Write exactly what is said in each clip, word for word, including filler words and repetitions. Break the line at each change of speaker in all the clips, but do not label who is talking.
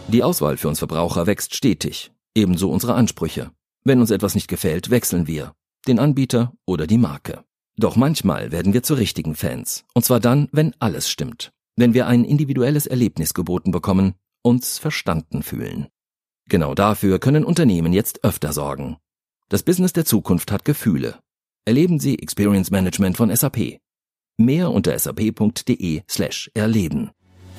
Die Auswahl für uns Verbraucher wächst stetig, ebenso unsere Ansprüche. Wenn uns etwas nicht gefällt, wechseln wir, den Anbieter oder die Marke. Doch manchmal werden wir zu richtigen Fans, und zwar dann, wenn alles stimmt, wenn wir ein individuelles Erlebnis geboten bekommen, uns verstanden fühlen. Genau dafür können Unternehmen jetzt öfter sorgen. Das Business der Zukunft hat Gefühle. Erleben Sie Experience Management von S A P. Mehr unter sap.de slash erleben.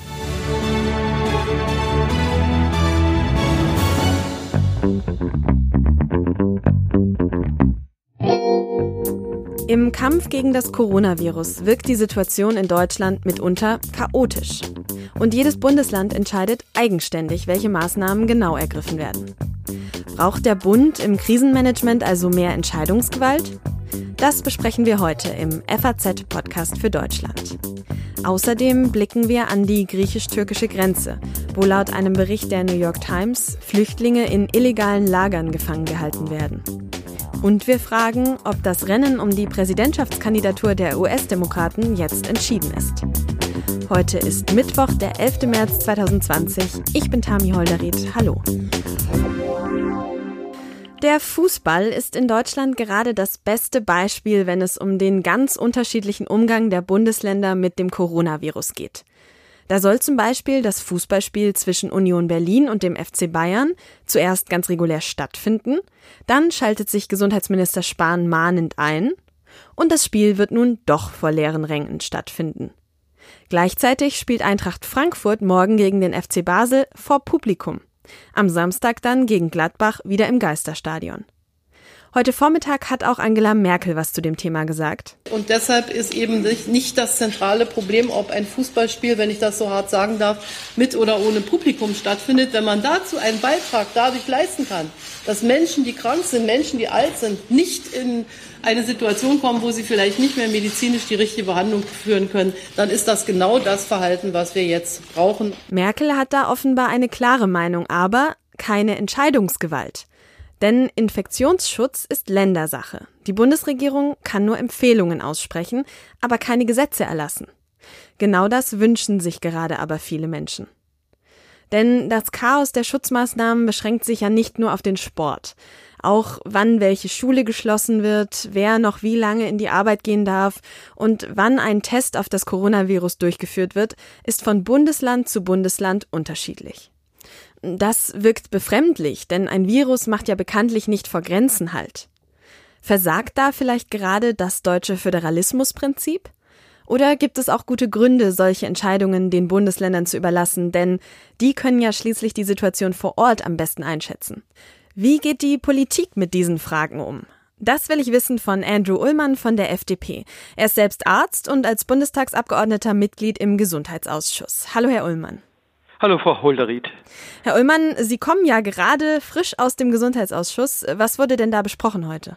Im Kampf gegen das Coronavirus wirkt die Situation in Deutschland mitunter chaotisch. Und jedes Bundesland entscheidet eigenständig, welche Maßnahmen genau ergriffen werden. Braucht der Bund im Krisenmanagement also mehr Entscheidungsgewalt? Das besprechen wir heute im F A Z-Podcast für Deutschland. Außerdem blicken wir an die griechisch-türkische Grenze, wo laut einem Bericht der New York Times Flüchtlinge in illegalen Lagern gefangen gehalten werden. Und wir fragen, ob das Rennen um die Präsidentschaftskandidatur der U S-Demokraten jetzt entschieden ist. Heute ist Mittwoch, der elfter März zweitausendzwanzig. Ich bin Tami Holderried. Hallo. Der Fußball ist in Deutschland gerade das beste Beispiel, wenn es um den ganz unterschiedlichen Umgang der Bundesländer mit dem Coronavirus geht. Da soll zum Beispiel das Fußballspiel zwischen Union Berlin und dem F C Bayern zuerst ganz regulär stattfinden, dann schaltet sich Gesundheitsminister Spahn mahnend ein und das Spiel wird nun doch vor leeren Rängen stattfinden. Gleichzeitig spielt Eintracht Frankfurt morgen gegen den F C Basel vor Publikum. Am Samstag dann gegen Gladbach wieder im Geisterstadion. Heute Vormittag hat auch Angela Merkel was zu dem Thema gesagt.
Und deshalb ist eben nicht das zentrale Problem, ob ein Fußballspiel, wenn ich das so hart sagen darf, mit oder ohne Publikum stattfindet. Wenn man dazu einen Beitrag dadurch leisten kann, dass Menschen, die krank sind, Menschen, die alt sind, nicht in eine Situation kommen, wo sie vielleicht nicht mehr medizinisch die richtige Behandlung führen können, dann ist das genau das Verhalten, was wir jetzt brauchen.
Merkel hat da offenbar eine klare Meinung, aber keine Entscheidungsgewalt. Denn Infektionsschutz ist Ländersache. Die Bundesregierung kann nur Empfehlungen aussprechen, aber keine Gesetze erlassen. Genau das wünschen sich gerade aber viele Menschen. Denn das Chaos der Schutzmaßnahmen beschränkt sich ja nicht nur auf den Sport. Auch wann welche Schule geschlossen wird, wer noch wie lange in die Arbeit gehen darf und wann ein Test auf das Coronavirus durchgeführt wird, ist von Bundesland zu Bundesland unterschiedlich. Das wirkt befremdlich, denn ein Virus macht ja bekanntlich nicht vor Grenzen Halt. Versagt da vielleicht gerade das deutsche Föderalismusprinzip? Oder gibt es auch gute Gründe, solche Entscheidungen den Bundesländern zu überlassen, denn die können ja schließlich die Situation vor Ort am besten einschätzen. Wie geht die Politik mit diesen Fragen um? Das will ich wissen von Andrew Ullmann von der F D P. Er ist selbst Arzt und als Bundestagsabgeordneter Mitglied im Gesundheitsausschuss. Hallo, Herr Ullmann.
Hallo, Frau Holderried.
Herr Ullmann, Sie kommen ja gerade frisch aus dem Gesundheitsausschuss. Was wurde denn da besprochen heute?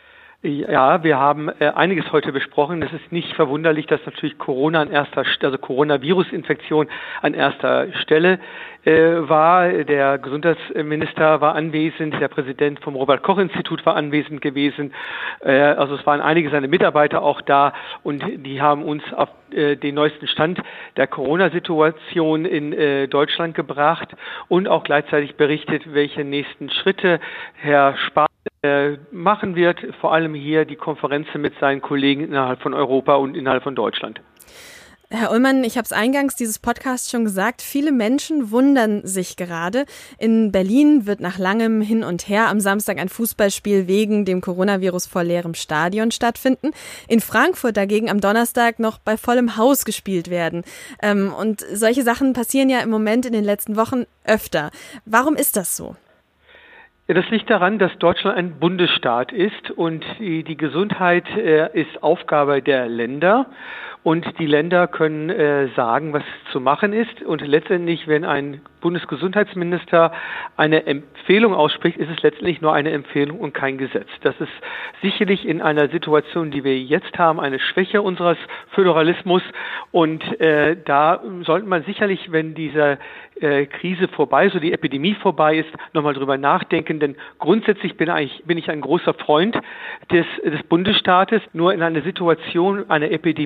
Ja, wir haben äh, einiges heute besprochen. Es ist nicht verwunderlich, dass natürlich Corona an erster, also Coronavirus-Infektion an erster Stelle äh, war. Der Gesundheitsminister war anwesend, der Präsident vom Robert-Koch-Institut war anwesend gewesen. Äh, also es waren einige seiner Mitarbeiter auch da und die haben uns auf äh, den neuesten Stand der Corona-Situation in äh, Deutschland gebracht und auch gleichzeitig berichtet, welche nächsten Schritte Herr Spahn äh, machen wird, vor allem hier die Konferenzen mit seinen Kollegen innerhalb von Europa und innerhalb von Deutschland.
Herr Ullmann, ich habe es eingangs dieses Podcasts schon gesagt, viele Menschen wundern sich gerade. In Berlin wird nach langem Hin und Her am Samstag ein Fußballspiel wegen dem Coronavirus vor leerem Stadion stattfinden. In Frankfurt dagegen am Donnerstag noch bei vollem Haus gespielt werden. Ähm, und solche Sachen passieren ja im Moment in den letzten Wochen öfter. Warum ist das so?
Ja, das liegt daran, dass Deutschland ein Bundesstaat ist und die, die Gesundheit äh, ist Aufgabe der Länder. Und die Länder können äh, sagen, was zu machen ist. Und letztendlich, wenn ein Bundesgesundheitsminister eine Empfehlung ausspricht, ist es letztendlich nur eine Empfehlung und kein Gesetz. Das ist sicherlich in einer Situation, die wir jetzt haben, eine Schwäche unseres Föderalismus. Und äh, da sollte man sicherlich, wenn diese äh, Krise vorbei ist, so die Epidemie vorbei ist, nochmal drüber nachdenken. Denn grundsätzlich bin, eigentlich, bin ich ein großer Freund des, des Bundesstaates. Nur in einer Situation, einer Epidemie wie bei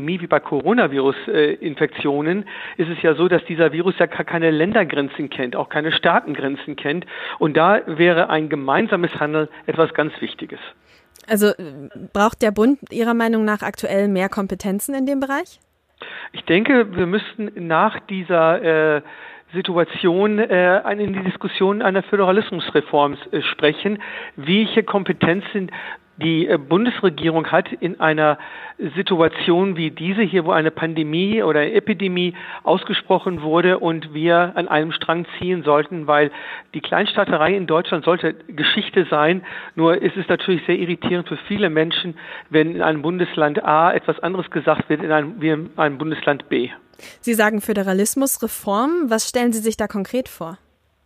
Coronavirus-Infektionen ist es ja so, dass dieser Virus ja gar keine Ländergrenzen kennt, auch keine Staatengrenzen kennt. Und da wäre ein gemeinsames Handeln etwas ganz Wichtiges.
Also braucht der Bund Ihrer Meinung nach aktuell mehr Kompetenzen in dem Bereich?
Ich denke, wir müssten nach dieser äh, Situation äh, in die Diskussion einer Föderalismusreform äh, sprechen, welche Kompetenzen die äh, Bundesregierung hat in einer Situation wie diese hier, wo eine Pandemie oder eine Epidemie ausgesprochen wurde und wir an einem Strang ziehen sollten, weil die Kleinstaaterei in Deutschland sollte Geschichte sein. Nur ist es natürlich sehr irritierend für viele Menschen, wenn in einem Bundesland A etwas anderes gesagt wird in einem, wie in einem Bundesland B.
Sie sagen Föderalismusreform. Was stellen Sie sich da konkret vor?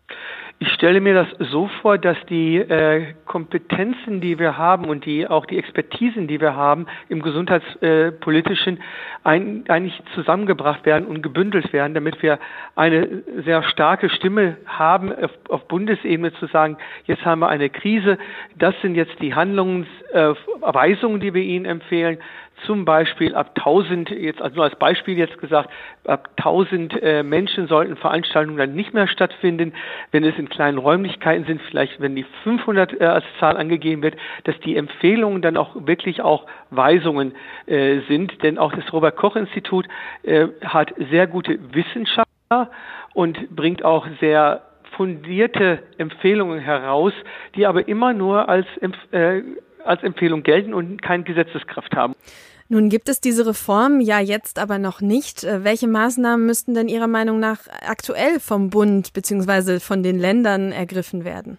Ich stelle mir das so vor, dass die äh, Kompetenzen, die wir haben und die auch die Expertisen, die wir haben im gesundheitspolitischen, ein, eigentlich zusammengebracht werden und gebündelt werden, damit wir eine sehr starke Stimme haben, auf, auf Bundesebene zu sagen, jetzt haben wir eine Krise, das sind jetzt die Handlungsweisungen, äh, die wir Ihnen empfehlen. Zum Beispiel ab tausend, jetzt also nur als Beispiel jetzt gesagt, ab tausend äh, Menschen sollten Veranstaltungen dann nicht mehr stattfinden. Wenn es in kleinen Räumlichkeiten sind, vielleicht wenn die fünfhundert äh, als Zahl angegeben wird, dass die Empfehlungen dann auch wirklich auch Weisungen äh, sind. Denn auch das Robert-Koch-Institut äh, hat sehr gute Wissenschaftler und bringt auch sehr fundierte Empfehlungen heraus, die aber immer nur als äh, als Empfehlung gelten und keine Gesetzeskraft haben.
Nun gibt es diese Reform ja jetzt aber noch nicht. Welche Maßnahmen müssten denn Ihrer Meinung nach aktuell vom Bund bzw. von den Ländern ergriffen werden?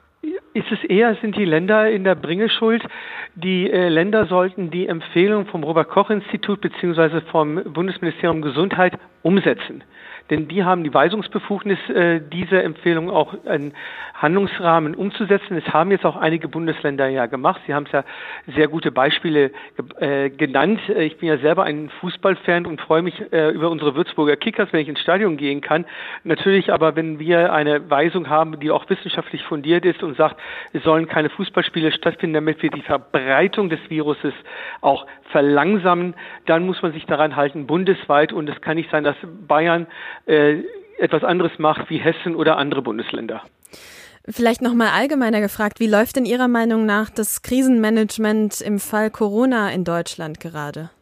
Ist es eher, sind die Länder in der Bringeschuld. Die äh, Länder sollten die Empfehlung vom Robert-Koch-Institut bzw. vom Bundesministerium Gesundheit umsetzen. Denn die haben die Weisungsbefugnis, äh, diese Empfehlung auch in Handlungsrahmen umzusetzen. Es haben jetzt auch einige Bundesländer ja gemacht. Sie haben es ja sehr gute Beispiele äh, genannt. Ich bin ja selber ein Fußballfan und freue mich äh, über unsere Würzburger Kickers, wenn ich ins Stadion gehen kann. Natürlich aber, wenn wir eine Weisung haben, die auch wissenschaftlich fundiert ist und sagt, es sollen keine Fußballspiele stattfinden, damit wir die Verbreitung des Viruses auch verlangsamen, dann muss man sich daran halten, bundesweit. Und es kann nicht sein, dass Bayern äh, etwas anderes macht wie Hessen oder andere Bundesländer.
Vielleicht noch mal allgemeiner gefragt, wie läuft denn Ihrer Meinung nach das Krisenmanagement im Fall Corona in Deutschland gerade?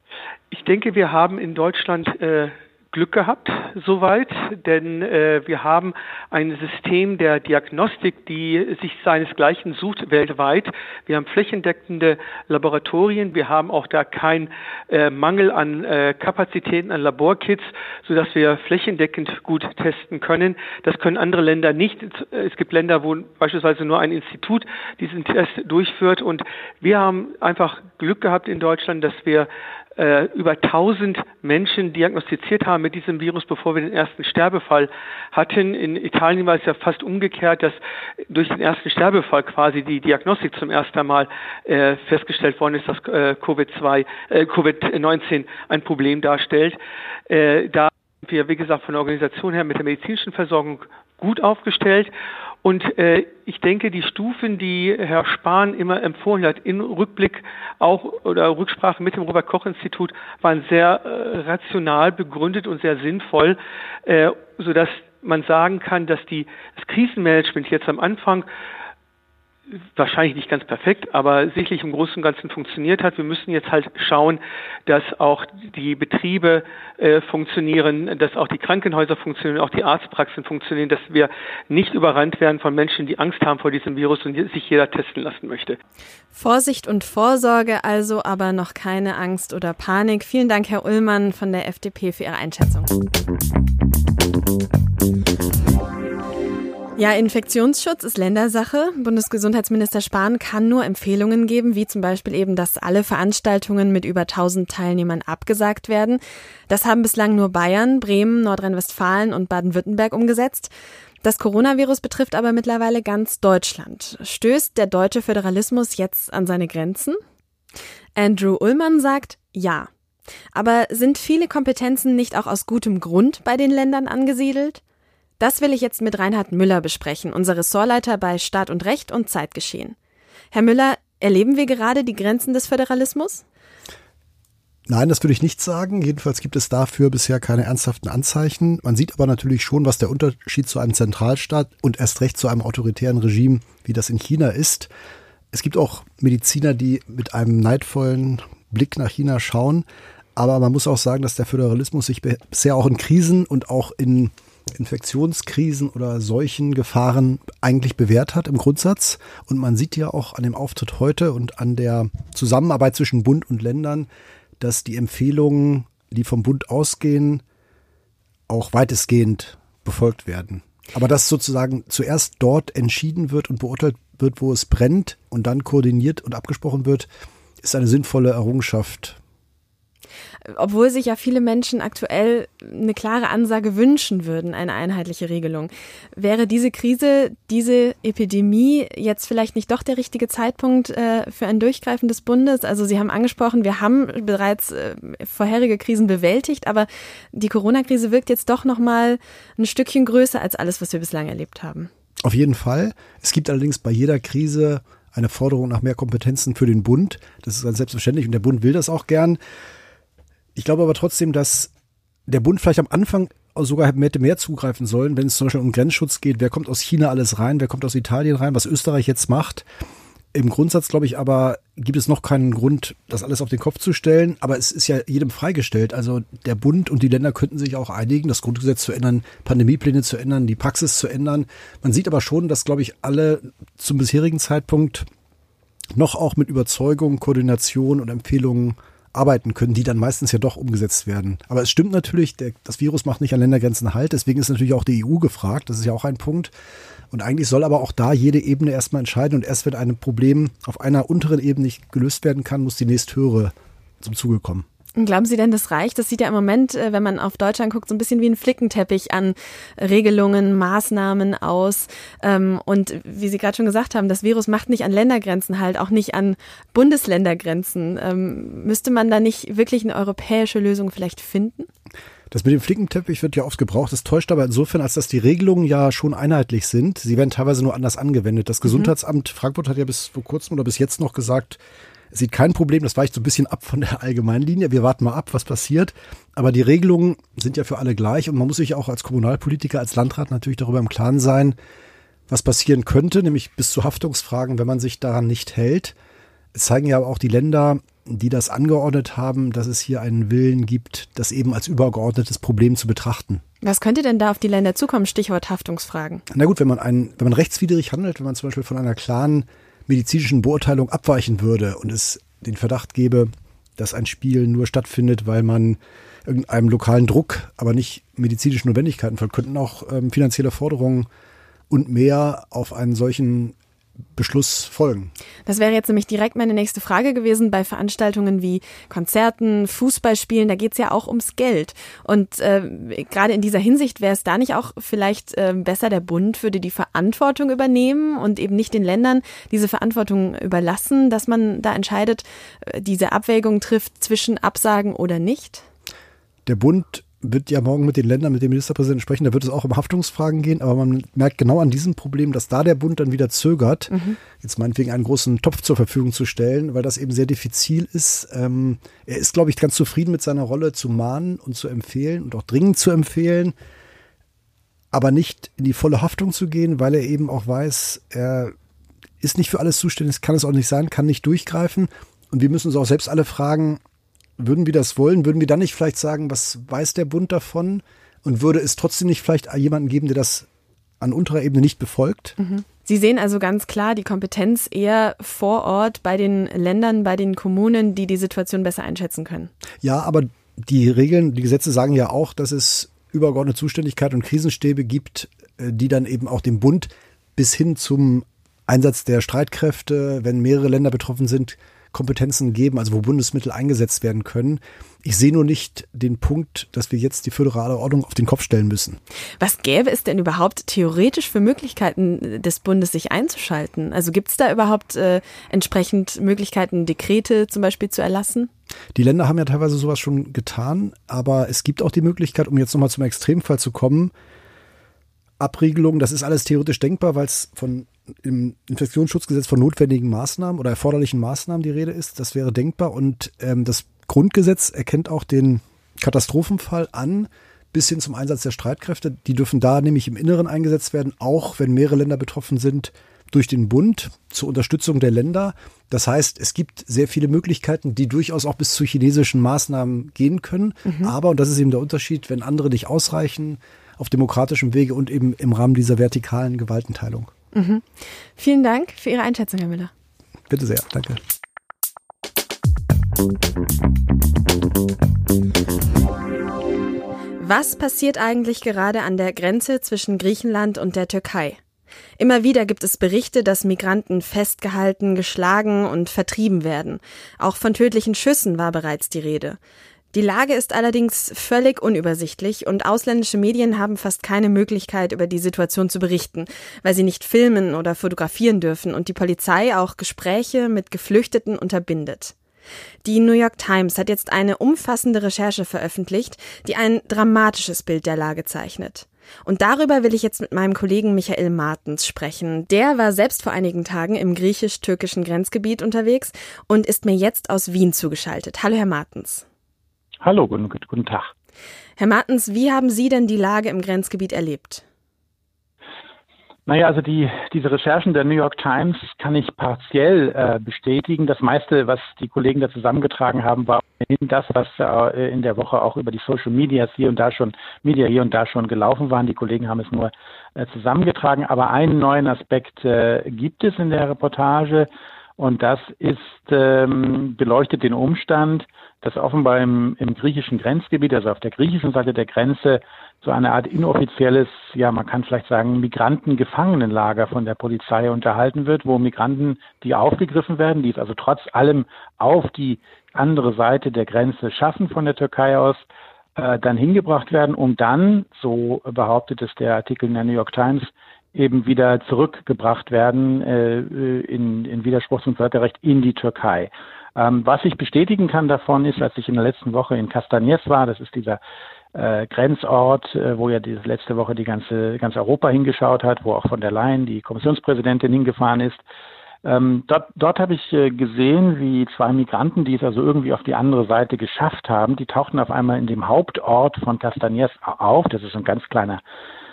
Ich denke, wir haben in Deutschland äh, Glück gehabt, soweit, denn äh, wir haben ein System der Diagnostik, die sich seinesgleichen sucht weltweit. Wir haben flächendeckende Laboratorien, wir haben auch da keinen äh, Mangel an äh, Kapazitäten, an Laborkits, sodass wir flächendeckend gut testen können. Das können andere Länder nicht. Es gibt Länder, wo beispielsweise nur ein Institut diesen Test durchführt, und wir haben einfach Glück gehabt in Deutschland, dass wir äh, über tausend Menschen diagnostiziert haben mit diesem Virus, bevor wir den ersten Sterbefall hatten. In Italien war es ja fast umgekehrt, dass durch den ersten Sterbefall quasi die Diagnostik zum ersten Mal äh, festgestellt worden ist, dass äh, Covid zwei, äh, Covid neunzehn ein Problem darstellt. Äh, da sind wir, wie gesagt, von der Organisation her mit der medizinischen Versorgung gut aufgestellt. Und äh, ich denke, die Stufen, die Herr Spahn immer empfohlen hat, in Rückblick auch oder Rücksprache mit dem Robert-Koch-Institut, waren sehr äh, rational begründet und sehr sinnvoll, äh, sodass man sagen kann, dass die, das Krisenmanagement jetzt am Anfang wahrscheinlich nicht ganz perfekt, aber sicherlich im Großen und Ganzen funktioniert hat. Wir müssen jetzt halt schauen, dass auch die Betriebe äh, funktionieren, dass auch die Krankenhäuser funktionieren, auch die Arztpraxen funktionieren, dass wir nicht überrannt werden von Menschen, die Angst haben vor diesem Virus und sich jeder testen lassen möchte.
Vorsicht und Vorsorge also, aber noch keine Angst oder Panik. Vielen Dank, Herr Ullmann von der F D P, für Ihre Einschätzung. Ja, Infektionsschutz ist Ländersache. Bundesgesundheitsminister Spahn kann nur Empfehlungen geben, wie zum Beispiel eben, dass alle Veranstaltungen mit über tausend Teilnehmern abgesagt werden. Das haben bislang nur Bayern, Bremen, Nordrhein-Westfalen und Baden-Württemberg umgesetzt. Das Coronavirus betrifft aber mittlerweile ganz Deutschland. Stößt der deutsche Föderalismus jetzt an seine Grenzen? Andrew Ullmann sagt, ja. Aber sind viele Kompetenzen nicht auch aus gutem Grund bei den Ländern angesiedelt? Das will ich jetzt mit Reinhard Müller besprechen, unser Ressortleiter bei Staat und Recht und Zeitgeschehen. Herr Müller, erleben wir gerade die Grenzen des Föderalismus?
Nein, das würde ich nicht sagen. Jedenfalls gibt es dafür bisher keine ernsthaften Anzeichen. Man sieht aber natürlich schon, was der Unterschied zu einem Zentralstaat und erst recht zu einem autoritären Regime, wie das in China ist. Es gibt auch Mediziner, die mit einem neidvollen Blick nach China schauen. Aber man muss auch sagen, dass der Föderalismus sich bisher auch in Krisen und auch in Infektionskrisen oder Seuchengefahren eigentlich bewährt hat im Grundsatz. Und man sieht ja auch an dem Auftritt heute und an der Zusammenarbeit zwischen Bund und Ländern, dass die Empfehlungen, die vom Bund ausgehen, auch weitestgehend befolgt werden. Aber dass sozusagen zuerst dort entschieden wird und beurteilt wird, wo es brennt und dann koordiniert und abgesprochen wird, ist eine sinnvolle Errungenschaft.
Obwohl sich ja viele Menschen aktuell eine klare Ansage wünschen würden, eine einheitliche Regelung. Wäre diese Krise, diese Epidemie jetzt vielleicht nicht doch der richtige Zeitpunkt äh, für ein Durchgreifen des Bundes? Also Sie haben angesprochen, wir haben bereits äh, vorherige Krisen bewältigt, aber die Corona-Krise wirkt jetzt doch noch mal ein Stückchen größer als alles, was wir bislang erlebt haben.
Auf jeden Fall. Es gibt allerdings bei jeder Krise eine Forderung nach mehr Kompetenzen für den Bund. Das ist ganz selbstverständlich und der Bund will das auch gern. Ich glaube aber trotzdem, dass der Bund vielleicht am Anfang sogar hätte mehr zugreifen sollen, wenn es zum Beispiel um Grenzschutz geht. Wer kommt aus China alles rein? Wer kommt aus Italien rein? Was Österreich jetzt macht. Im Grundsatz, glaube ich, aber gibt es noch keinen Grund, das alles auf den Kopf zu stellen. Aber es ist ja jedem freigestellt. Also der Bund und die Länder könnten sich auch einigen, das Grundgesetz zu ändern, Pandemiepläne zu ändern, die Praxis zu ändern. Man sieht aber schon, dass, glaube ich, alle zum bisherigen Zeitpunkt noch auch mit Überzeugung, Koordination und Empfehlungen arbeiten können, die dann meistens ja doch umgesetzt werden. Aber es stimmt natürlich, der, das Virus macht nicht an Ländergrenzen Halt, deswegen ist natürlich auch die E U gefragt, das ist ja auch ein Punkt. Und eigentlich soll aber auch da jede Ebene erstmal entscheiden und erst wenn ein Problem auf einer unteren Ebene nicht gelöst werden kann, muss die nächsthöhere zum Zuge kommen.
Glauben Sie denn, das reicht? Das sieht ja im Moment, wenn man auf Deutschland guckt, so ein bisschen wie ein Flickenteppich an Regelungen, Maßnahmen aus. Und wie Sie gerade schon gesagt haben, das Virus macht nicht an Ländergrenzen halt, auch nicht an Bundesländergrenzen. Müsste man da nicht wirklich eine europäische Lösung vielleicht finden?
Das mit dem Flickenteppich wird ja oft gebraucht. Das täuscht aber insofern, als dass die Regelungen ja schon einheitlich sind. Sie werden teilweise nur anders angewendet. Das Gesundheitsamt Frankfurt hat ja bis vor kurzem oder bis jetzt noch gesagt, es sieht kein Problem, das weicht so ein bisschen ab von der Allgemeinlinie. Wir warten mal ab, was passiert. Aber die Regelungen sind ja für alle gleich und man muss sich auch als Kommunalpolitiker, als Landrat natürlich darüber im Klaren sein, was passieren könnte, nämlich bis zu Haftungsfragen, wenn man sich daran nicht hält. Es zeigen ja auch die Länder, die das angeordnet haben, dass es hier einen Willen gibt, das eben als übergeordnetes Problem zu betrachten.
Was könnte denn da auf die Länder zukommen? Stichwort Haftungsfragen.
Na gut, wenn man ein, wenn man rechtswidrig handelt, wenn man zum Beispiel von einer klaren medizinischen Beurteilung abweichen würde und es den Verdacht gäbe, dass ein Spiel nur stattfindet, weil man irgendeinem lokalen Druck, aber nicht medizinischen Notwendigkeiten folgt, könnten auch ähm, finanzielle Forderungen und mehr auf einen solchen Beschluss folgen.
Das wäre jetzt nämlich direkt meine nächste Frage gewesen bei Veranstaltungen wie Konzerten, Fußballspielen, da geht es ja auch ums Geld. Und äh, gerade in dieser Hinsicht wäre es da nicht auch vielleicht äh, besser, der Bund würde die Verantwortung übernehmen und eben nicht den Ländern diese Verantwortung überlassen, dass man da entscheidet, äh, diese Abwägung trifft zwischen Absagen oder nicht?
Der Bund wird ja morgen mit den Ländern, mit dem Ministerpräsidenten sprechen, da wird es auch um Haftungsfragen gehen, aber man merkt genau an diesem Problem, dass da der Bund dann wieder zögert, mhm. jetzt meinetwegen einen großen Topf zur Verfügung zu stellen, weil das eben sehr diffizil ist. Ähm, er ist, glaube ich, ganz zufrieden mit seiner Rolle zu mahnen und zu empfehlen und auch dringend zu empfehlen, aber nicht in die volle Haftung zu gehen, weil er eben auch weiß, er ist nicht für alles zuständig, kann es auch nicht sein, kann nicht durchgreifen und wir müssen uns auch selbst alle fragen, würden wir das wollen? Würden wir dann nicht vielleicht sagen, was weiß der Bund davon? Und würde es trotzdem nicht vielleicht jemanden geben, der das an unterer Ebene nicht befolgt?
Mhm. Sie sehen also ganz klar die Kompetenz eher vor Ort bei den Ländern, bei den Kommunen, die die Situation besser einschätzen können.
Ja, aber die Regeln, die Gesetze sagen ja auch, dass es übergeordnete Zuständigkeit und Krisenstäbe gibt, die dann eben auch dem Bund bis hin zum Einsatz der Streitkräfte, wenn mehrere Länder betroffen sind, Kompetenzen geben, also wo Bundesmittel eingesetzt werden können. Ich sehe nur nicht den Punkt, dass wir jetzt die föderale Ordnung auf den Kopf stellen müssen.
Was gäbe es denn überhaupt theoretisch für Möglichkeiten des Bundes, sich einzuschalten? Also gibt es da überhaupt äh, entsprechend Möglichkeiten, Dekrete zum Beispiel zu erlassen?
Die Länder haben ja teilweise sowas schon getan, aber es gibt auch die Möglichkeit, um jetzt nochmal zum Extremfall zu kommen, Abriegelung, das ist alles theoretisch denkbar, weil es von im Infektionsschutzgesetz von notwendigen Maßnahmen oder erforderlichen Maßnahmen die Rede ist. Das wäre denkbar und ähm, das Grundgesetz erkennt auch den Katastrophenfall an, bis hin zum Einsatz der Streitkräfte. Die dürfen da nämlich im Inneren eingesetzt werden, auch wenn mehrere Länder betroffen sind, durch den Bund zur Unterstützung der Länder. Das heißt, es gibt sehr viele Möglichkeiten, die durchaus auch bis zu chinesischen Maßnahmen gehen können. Mhm. Aber, und das ist eben der Unterschied, wenn andere nicht ausreichen, auf demokratischem Wege und eben im Rahmen dieser vertikalen Gewaltenteilung.
Mhm. Vielen Dank für Ihre Einschätzung, Herr Müller.
Bitte sehr, danke.
Was passiert eigentlich gerade an der Grenze zwischen Griechenland und der Türkei? Immer wieder gibt es Berichte, dass Migranten festgehalten, geschlagen und vertrieben werden. Auch von tödlichen Schüssen war bereits die Rede. Die Lage ist allerdings völlig unübersichtlich und ausländische Medien haben fast keine Möglichkeit, über die Situation zu berichten, weil sie nicht filmen oder fotografieren dürfen und die Polizei auch Gespräche mit Geflüchteten unterbindet. Die New York Times hat jetzt eine umfassende Recherche veröffentlicht, die ein dramatisches Bild der Lage zeichnet. Und darüber will ich jetzt mit meinem Kollegen Michael Martens sprechen. Der war selbst vor einigen Tagen im griechisch-türkischen Grenzgebiet unterwegs und ist mir jetzt aus Wien zugeschaltet. Hallo, Herr Martens.
Hallo, guten, guten Tag.
Herr Martens, wie haben Sie denn die Lage im Grenzgebiet erlebt?
Naja, also die, diese Recherchen der New York Times kann ich partiell äh, bestätigen. Das meiste, was die Kollegen da zusammengetragen haben, war das, was äh, in der Woche auch über die Social Medias hier und da schon, Media hier und da schon gelaufen waren. Die Kollegen haben es nur äh, zusammengetragen. Aber einen neuen Aspekt äh, gibt es in der Reportage. Und das ist, ähm, beleuchtet den Umstand, dass offenbar im, im griechischen Grenzgebiet, also auf der griechischen Seite der Grenze, so eine Art inoffizielles, ja, man kann vielleicht sagen, Migrantengefangenenlager von der Polizei unterhalten wird, wo Migranten, die aufgegriffen werden, die es also trotz allem auf die andere Seite der Grenze schaffen von der Türkei aus, äh, dann hingebracht werden, um dann, so behauptet es der Artikel in der New York Times, eben wieder zurückgebracht werden äh, in, in Widerspruch zum Völkerrecht in die Türkei. Ähm, was ich bestätigen kann davon ist, als ich in der letzten Woche in Kastanjes war, das ist dieser äh, Grenzort, äh, wo ja die letzte Woche die ganze ganz Europa hingeschaut hat, wo auch von der Leyen, die Kommissionspräsidentin, hingefahren ist. Ähm, dort dort habe ich äh, gesehen, wie zwei Migranten, die es also irgendwie auf die andere Seite geschafft haben, die tauchten auf einmal in dem Hauptort von Kastanjes auf. Das ist ein ganz kleiner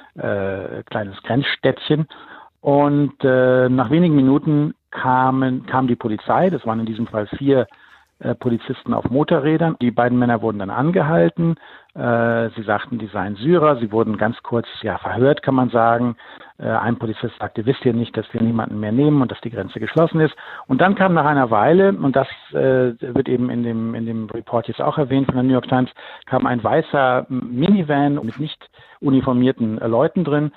Äh, kleines Grenzstädtchen. Und äh, nach wenigen Minuten kamen, kam die Polizei, das waren in diesem Fall vier äh, Polizisten auf Motorrädern. Die beiden Männer wurden dann angehalten. Äh, sie sagten, die seien Syrer. Sie wurden ganz kurz ja verhört, kann man sagen. Äh, ein Polizist sagte, wisst ihr nicht, dass wir niemanden mehr nehmen und dass die Grenze geschlossen ist. Und dann kam nach einer Weile, und das äh, wird eben in dem, in dem Report jetzt auch erwähnt von der New York Times, kam ein weißer Minivan mit nicht uniformierten äh, Leuten drin.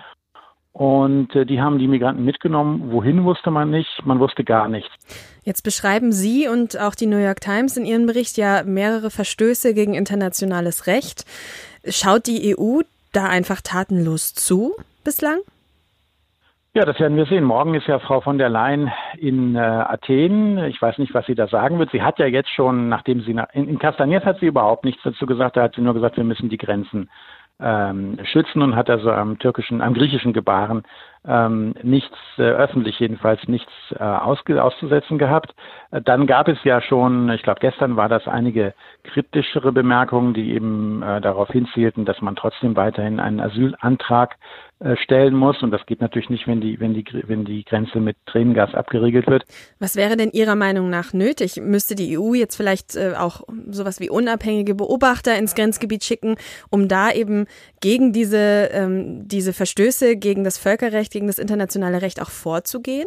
Und äh, die haben die Migranten mitgenommen. Wohin wusste man nicht, man wusste gar nichts.
Jetzt beschreiben Sie und auch die New York Times in Ihrem Bericht ja mehrere Verstöße gegen internationales Recht. Schaut die E U da einfach tatenlos zu bislang?
Ja, das werden wir sehen. Morgen ist ja Frau von der Leyen in äh, Athen. Ich weiß nicht, was sie da sagen wird. Sie hat ja jetzt schon, nachdem sie nach, in, in Kastanjes hat sie überhaupt nichts dazu gesagt. Da hat sie nur gesagt, wir müssen die Grenzen ähm, schützen und hat also am türkischen, am griechischen Gebaren ähm, nichts, äh, öffentlich jedenfalls nichts äh, ausge, auszusetzen gehabt. Äh, dann gab es ja schon, ich glaube gestern war das, einige kritischere Bemerkungen, die eben äh, darauf hinzielten, dass man trotzdem weiterhin einen Asylantrag äh, stellen muss. Und das geht natürlich nicht, wenn die, wenn die, wenn die Grenze mit Tränengas abgeriegelt wird.
Was wäre denn Ihrer Meinung nach nötig? Müsste die E U jetzt vielleicht äh, auch sowas wie unabhängige Beobachter ins Grenzgebiet schicken, um da eben gegen diese, ähm, diese Verstöße gegen das Völkerrecht, gegen das internationale Recht auch vorzugehen?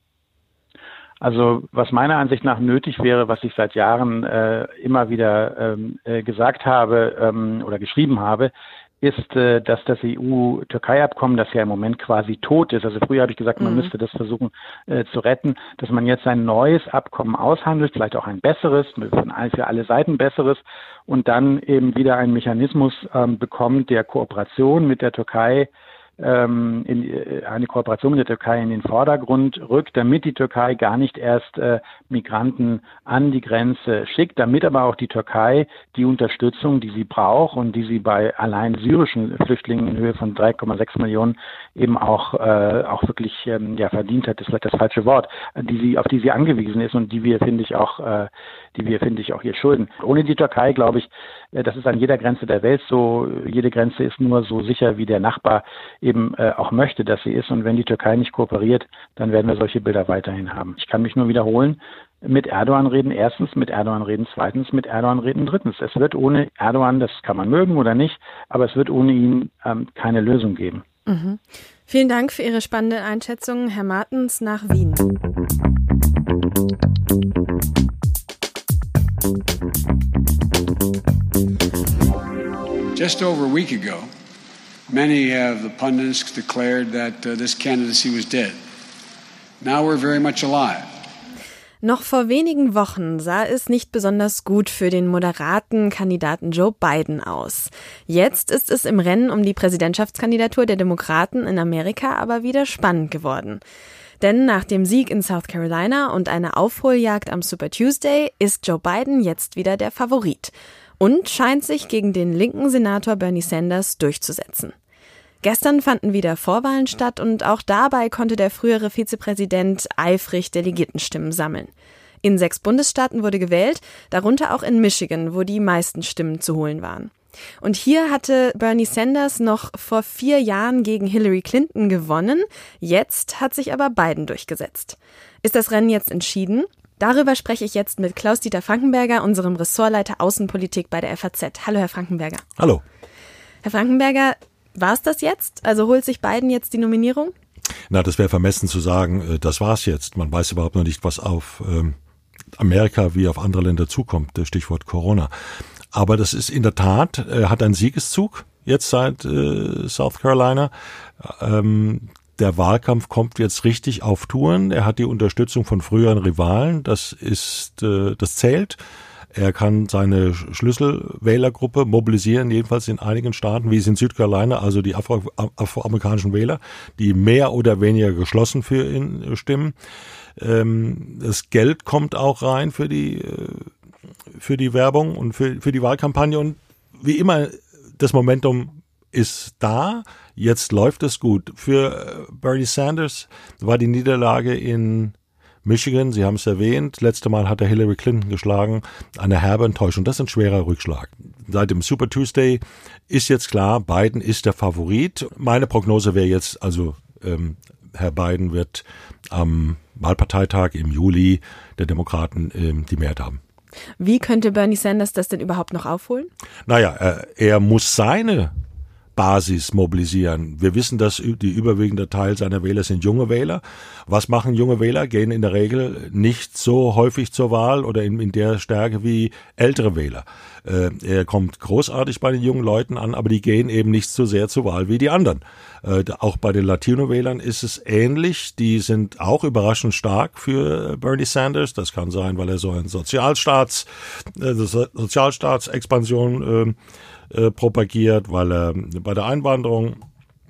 Also was meiner Ansicht nach nötig wäre, was ich seit Jahren äh, immer wieder ähm, äh, gesagt habe ähm, oder geschrieben habe, ist, äh, dass das E U-Türkei-Abkommen, das ja im Moment quasi tot ist, also früher habe ich gesagt, man mhm. müsste das versuchen äh, zu retten, dass man jetzt ein neues Abkommen aushandelt, vielleicht auch ein besseres, für alle Seiten besseres, und dann eben wieder einen Mechanismus ähm, bekommt, der Kooperation mit der Türkei ähm, in, eine Kooperation mit der Türkei in den Vordergrund rückt, damit die Türkei gar nicht erst äh, Migranten an die Grenze schickt, damit aber auch die Türkei die Unterstützung, die sie braucht und die sie bei allein syrischen Flüchtlingen in Höhe von drei Komma sechs Millionen eben auch äh, auch wirklich ähm, ja verdient hat, das ist vielleicht das falsche Wort, die sie auf die sie angewiesen ist und die wir finde ich auch äh, die wir finde ich auch ihr schulden. Ohne die Türkei glaube ich, äh, das ist an jeder Grenze der Welt so, jede Grenze ist nur so sicher, wie der Nachbar eben äh, auch möchte, dass sie ist, und wenn die Türkei nicht kooperiert, dann werden wir solche Bilder weiterhin haben. Ich kann mich nur wiederholen, mit Erdogan reden erstens, mit Erdogan reden zweitens, mit Erdogan reden drittens. Es wird ohne Erdogan, das kann man mögen oder nicht, aber es wird ohne ihn ähm, keine Lösung geben.
Mhm. Vielen Dank für Ihre spannende Einschätzung, Herr Martens nach Wien.
Just over a week ago, many of the pundits declared that uh, this candidacy was dead. Now we're very much alive.
Noch vor wenigen Wochen sah es nicht besonders gut für den moderaten Kandidaten Joe Biden aus. Jetzt ist es im Rennen um die Präsidentschaftskandidatur der Demokraten in Amerika aber wieder spannend geworden. Denn nach dem Sieg in South Carolina und einer Aufholjagd am Super Tuesday ist Joe Biden jetzt wieder der Favorit und scheint sich gegen den linken Senator Bernie Sanders durchzusetzen. Gestern fanden wieder Vorwahlen statt und auch dabei konnte der frühere Vizepräsident eifrig Delegiertenstimmen sammeln. In sechs Bundesstaaten wurde gewählt, darunter auch in Michigan, wo die meisten Stimmen zu holen waren. Und hier hatte Bernie Sanders noch vor vier Jahren gegen Hillary Clinton gewonnen. Jetzt hat sich aber Biden durchgesetzt. Ist das Rennen jetzt entschieden? Darüber spreche ich jetzt mit Klaus-Dieter Frankenberger, unserem Ressortleiter Außenpolitik bei der F A Z. Hallo, Herr Frankenberger.
Hallo.
Herr Frankenberger, war es das jetzt? Also holt sich Biden jetzt die Nominierung?
Na, das wäre vermessen zu sagen, das war's jetzt. Man weiß überhaupt noch nicht, was auf ähm, Amerika wie auf andere Länder zukommt, Stichwort Corona. Aber das ist in der Tat, er hat einen Siegeszug jetzt seit äh, South Carolina. Ähm, der Wahlkampf kommt jetzt richtig auf Touren. Er hat die Unterstützung von früheren Rivalen. Das ist, äh, das zählt. Er kann seine Schlüsselwählergruppe mobilisieren, jedenfalls in einigen Staaten, wie es in Südcarolina, also die Afro- afroamerikanischen Wähler, die mehr oder weniger geschlossen für ihn stimmen. Ähm, das Geld kommt auch rein für die, für die Werbung und für, für die Wahlkampagne. Und wie immer, das Momentum ist da. Jetzt läuft es gut. Für Bernie Sanders war die Niederlage in Michigan, Sie haben es erwähnt, letzte Mal hat er Hillary Clinton geschlagen, eine herbe Enttäuschung. Das ist ein schwerer Rückschlag. Seit dem Super Tuesday ist jetzt klar, Biden ist der Favorit. Meine Prognose wäre jetzt, also ähm, Herr Biden wird am Wahlparteitag im Juli der Demokraten ähm, die Mehrheit haben.
Wie könnte Bernie Sanders das denn überhaupt noch aufholen?
Naja, er, er muss seine Basis mobilisieren. Wir wissen, dass die überwiegende Teil seiner Wähler sind junge Wähler. Was machen junge Wähler? Gehen in der Regel nicht so häufig zur Wahl oder in, in der Stärke wie ältere Wähler. Äh, er kommt großartig bei den jungen Leuten an, aber die gehen eben nicht so sehr zur Wahl wie die anderen. Äh, auch bei den Latino-Wählern ist es ähnlich. Die sind auch überraschend stark für Bernie Sanders. Das kann sein, weil er so eine Sozialstaats, äh, Sozialstaatsexpansion äh, Äh, propagiert, weil er bei der Einwanderung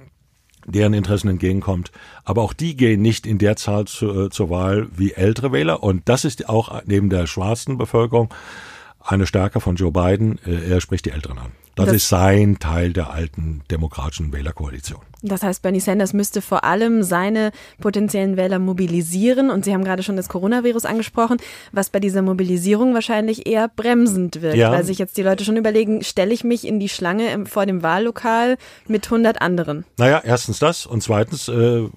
deren Interessen entgegenkommt. Aber auch die gehen nicht in der Zahl zu, äh, zur Wahl wie ältere Wähler. Und das ist auch neben der schwarzen Bevölkerung eine Stärke von Joe Biden. Äh, er spricht die Älteren an. Das, das ist sein Teil der alten demokratischen Wählerkoalition.
Das heißt, Bernie Sanders müsste vor allem seine potenziellen Wähler mobilisieren. Und Sie haben gerade schon das Coronavirus angesprochen, was bei dieser Mobilisierung wahrscheinlich eher bremsend wirkt. Ja. Weil sich jetzt die Leute schon überlegen, stelle ich mich in die Schlange im, vor dem Wahllokal mit hundert anderen?
Naja, erstens das und zweitens, äh,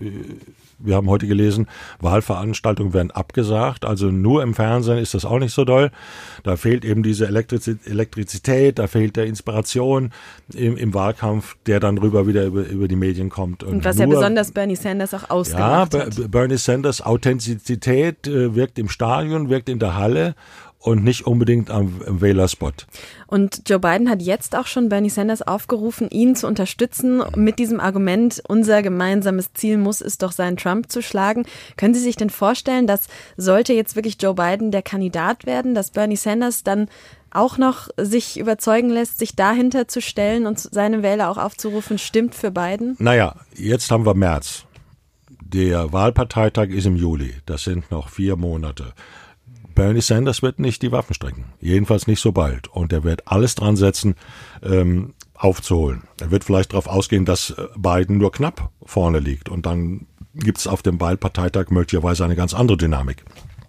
wir haben heute gelesen, Wahlveranstaltungen werden abgesagt. Also nur im Fernsehen ist das auch nicht so doll. Da fehlt eben diese Elektrizität, da fehlt der Inspiration im, im Wahlkampf, der dann rüber wieder über, über die Medien kommt.
Und, und was nur, ja besonders Bernie Sanders auch ausgemacht
ja,
hat.
Bernie Sanders Authentizität äh, wirkt im Stadion, wirkt in der Halle. und nicht unbedingt am Wählerspot.
Und Joe Biden hat jetzt auch schon Bernie Sanders aufgerufen, ihn zu unterstützen mit diesem Argument, unser gemeinsames Ziel muss es doch sein, Trump zu schlagen. Können Sie sich denn vorstellen, dass sollte jetzt wirklich Joe Biden der Kandidat werden, dass Bernie Sanders dann auch noch sich überzeugen lässt, sich dahinter zu stellen und seine Wähler auch aufzurufen, stimmt für Biden?
Naja, jetzt haben wir März. Der Wahlparteitag ist im Juli. Das sind noch vier Monate. Bernie Sanders wird nicht die Waffen strecken. Jedenfalls nicht so bald. Und er wird alles dran setzen, ähm, aufzuholen. Er wird vielleicht darauf ausgehen, dass Biden nur knapp vorne liegt. Und dann gibt es auf dem Wahlparteitag möglicherweise eine ganz andere Dynamik.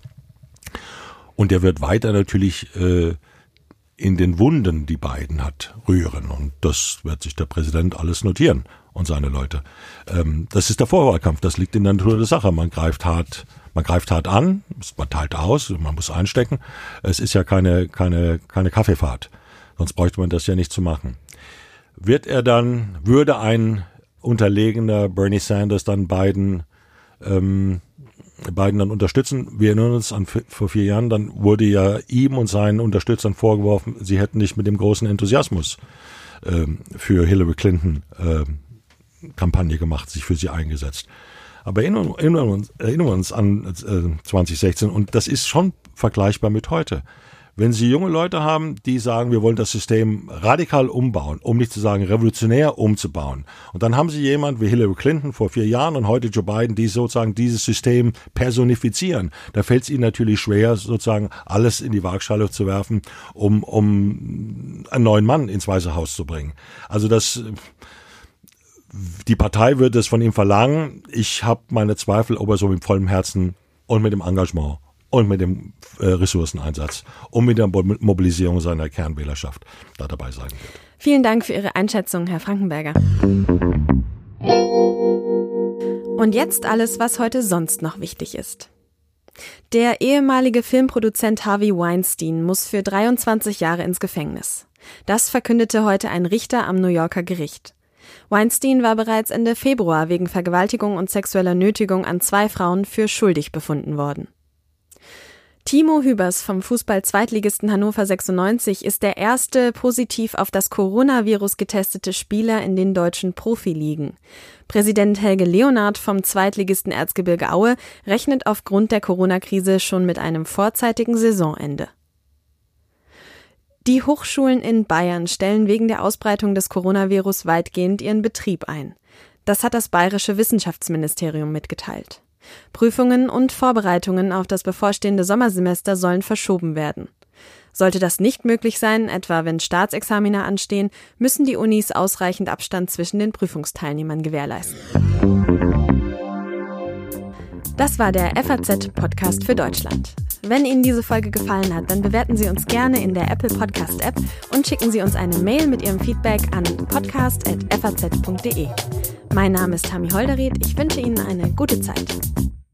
Und er wird weiter natürlich äh, in den Wunden, die Biden hat, rühren. Und das wird sich der Präsident alles notieren und seine Leute. Ähm, das ist der Vorwahlkampf. Das liegt in der Natur der Sache. Man greift hart Man greift hart an, man teilt aus, man muss einstecken. Es ist ja keine, keine, keine Kaffeefahrt. Sonst bräuchte man das ja nicht zu machen. Wird er dann, würde ein unterlegener Bernie Sanders dann Biden, ähm, Biden dann unterstützen? Wir erinnern uns an vor vier Jahren, dann wurde ja ihm und seinen Unterstützern vorgeworfen, sie hätten nicht mit dem großen Enthusiasmus ähm, für Hillary Clinton ähm, Kampagne gemacht, sich für sie eingesetzt. Aber erinnern, erinnern, uns, erinnern wir uns an äh, zwanzig sechzehn und das ist schon vergleichbar mit heute. Wenn Sie junge Leute haben, die sagen, wir wollen das System radikal umbauen, um nicht zu sagen revolutionär umzubauen. Und dann haben Sie jemand wie Hillary Clinton vor vier Jahren und heute Joe Biden, die sozusagen dieses System personifizieren. Da fällt es Ihnen natürlich schwer, sozusagen alles in die Waagschale zu werfen, um, um einen neuen Mann ins Weiße Haus zu bringen. Also das... Die Partei wird es von ihm verlangen. Ich habe meine Zweifel, ob er so mit vollem Herzen und mit dem Engagement und mit dem äh, Ressourceneinsatz und mit der Mobilisierung seiner Kernwählerschaft da dabei sein wird.
Vielen Dank für Ihre Einschätzung, Herr Frankenberger. Und jetzt alles, was heute sonst noch wichtig ist. Der ehemalige Filmproduzent Harvey Weinstein muss für dreiundzwanzig Jahre ins Gefängnis. Das verkündete heute ein Richter am New Yorker Gericht. Weinstein war bereits Ende Februar wegen Vergewaltigung und sexueller Nötigung an zwei Frauen für schuldig befunden worden. Timo Hübers vom Fußball-Zweitligisten Hannover sechsundneunzig ist der erste positiv auf das Coronavirus getestete Spieler in den deutschen Profiligen. Präsident Helge Leonard vom Zweitligisten Erzgebirge Aue rechnet aufgrund der Corona-Krise schon mit einem vorzeitigen Saisonende. Die Hochschulen in Bayern stellen wegen der Ausbreitung des Coronavirus weitgehend ihren Betrieb ein. Das hat das Bayerische Wissenschaftsministerium mitgeteilt. Prüfungen und Vorbereitungen auf das bevorstehende Sommersemester sollen verschoben werden. Sollte das nicht möglich sein, etwa wenn Staatsexamina anstehen, müssen die Unis ausreichend Abstand zwischen den Prüfungsteilnehmern gewährleisten. Das war der F A Z-Podcast für Deutschland. Wenn Ihnen diese Folge gefallen hat, dann bewerten Sie uns gerne in der Apple Podcast App und schicken Sie uns eine Mail mit Ihrem Feedback an podcast at f a z punkt d e. Mein Name ist Tami Holderried. Ich wünsche Ihnen eine gute Zeit.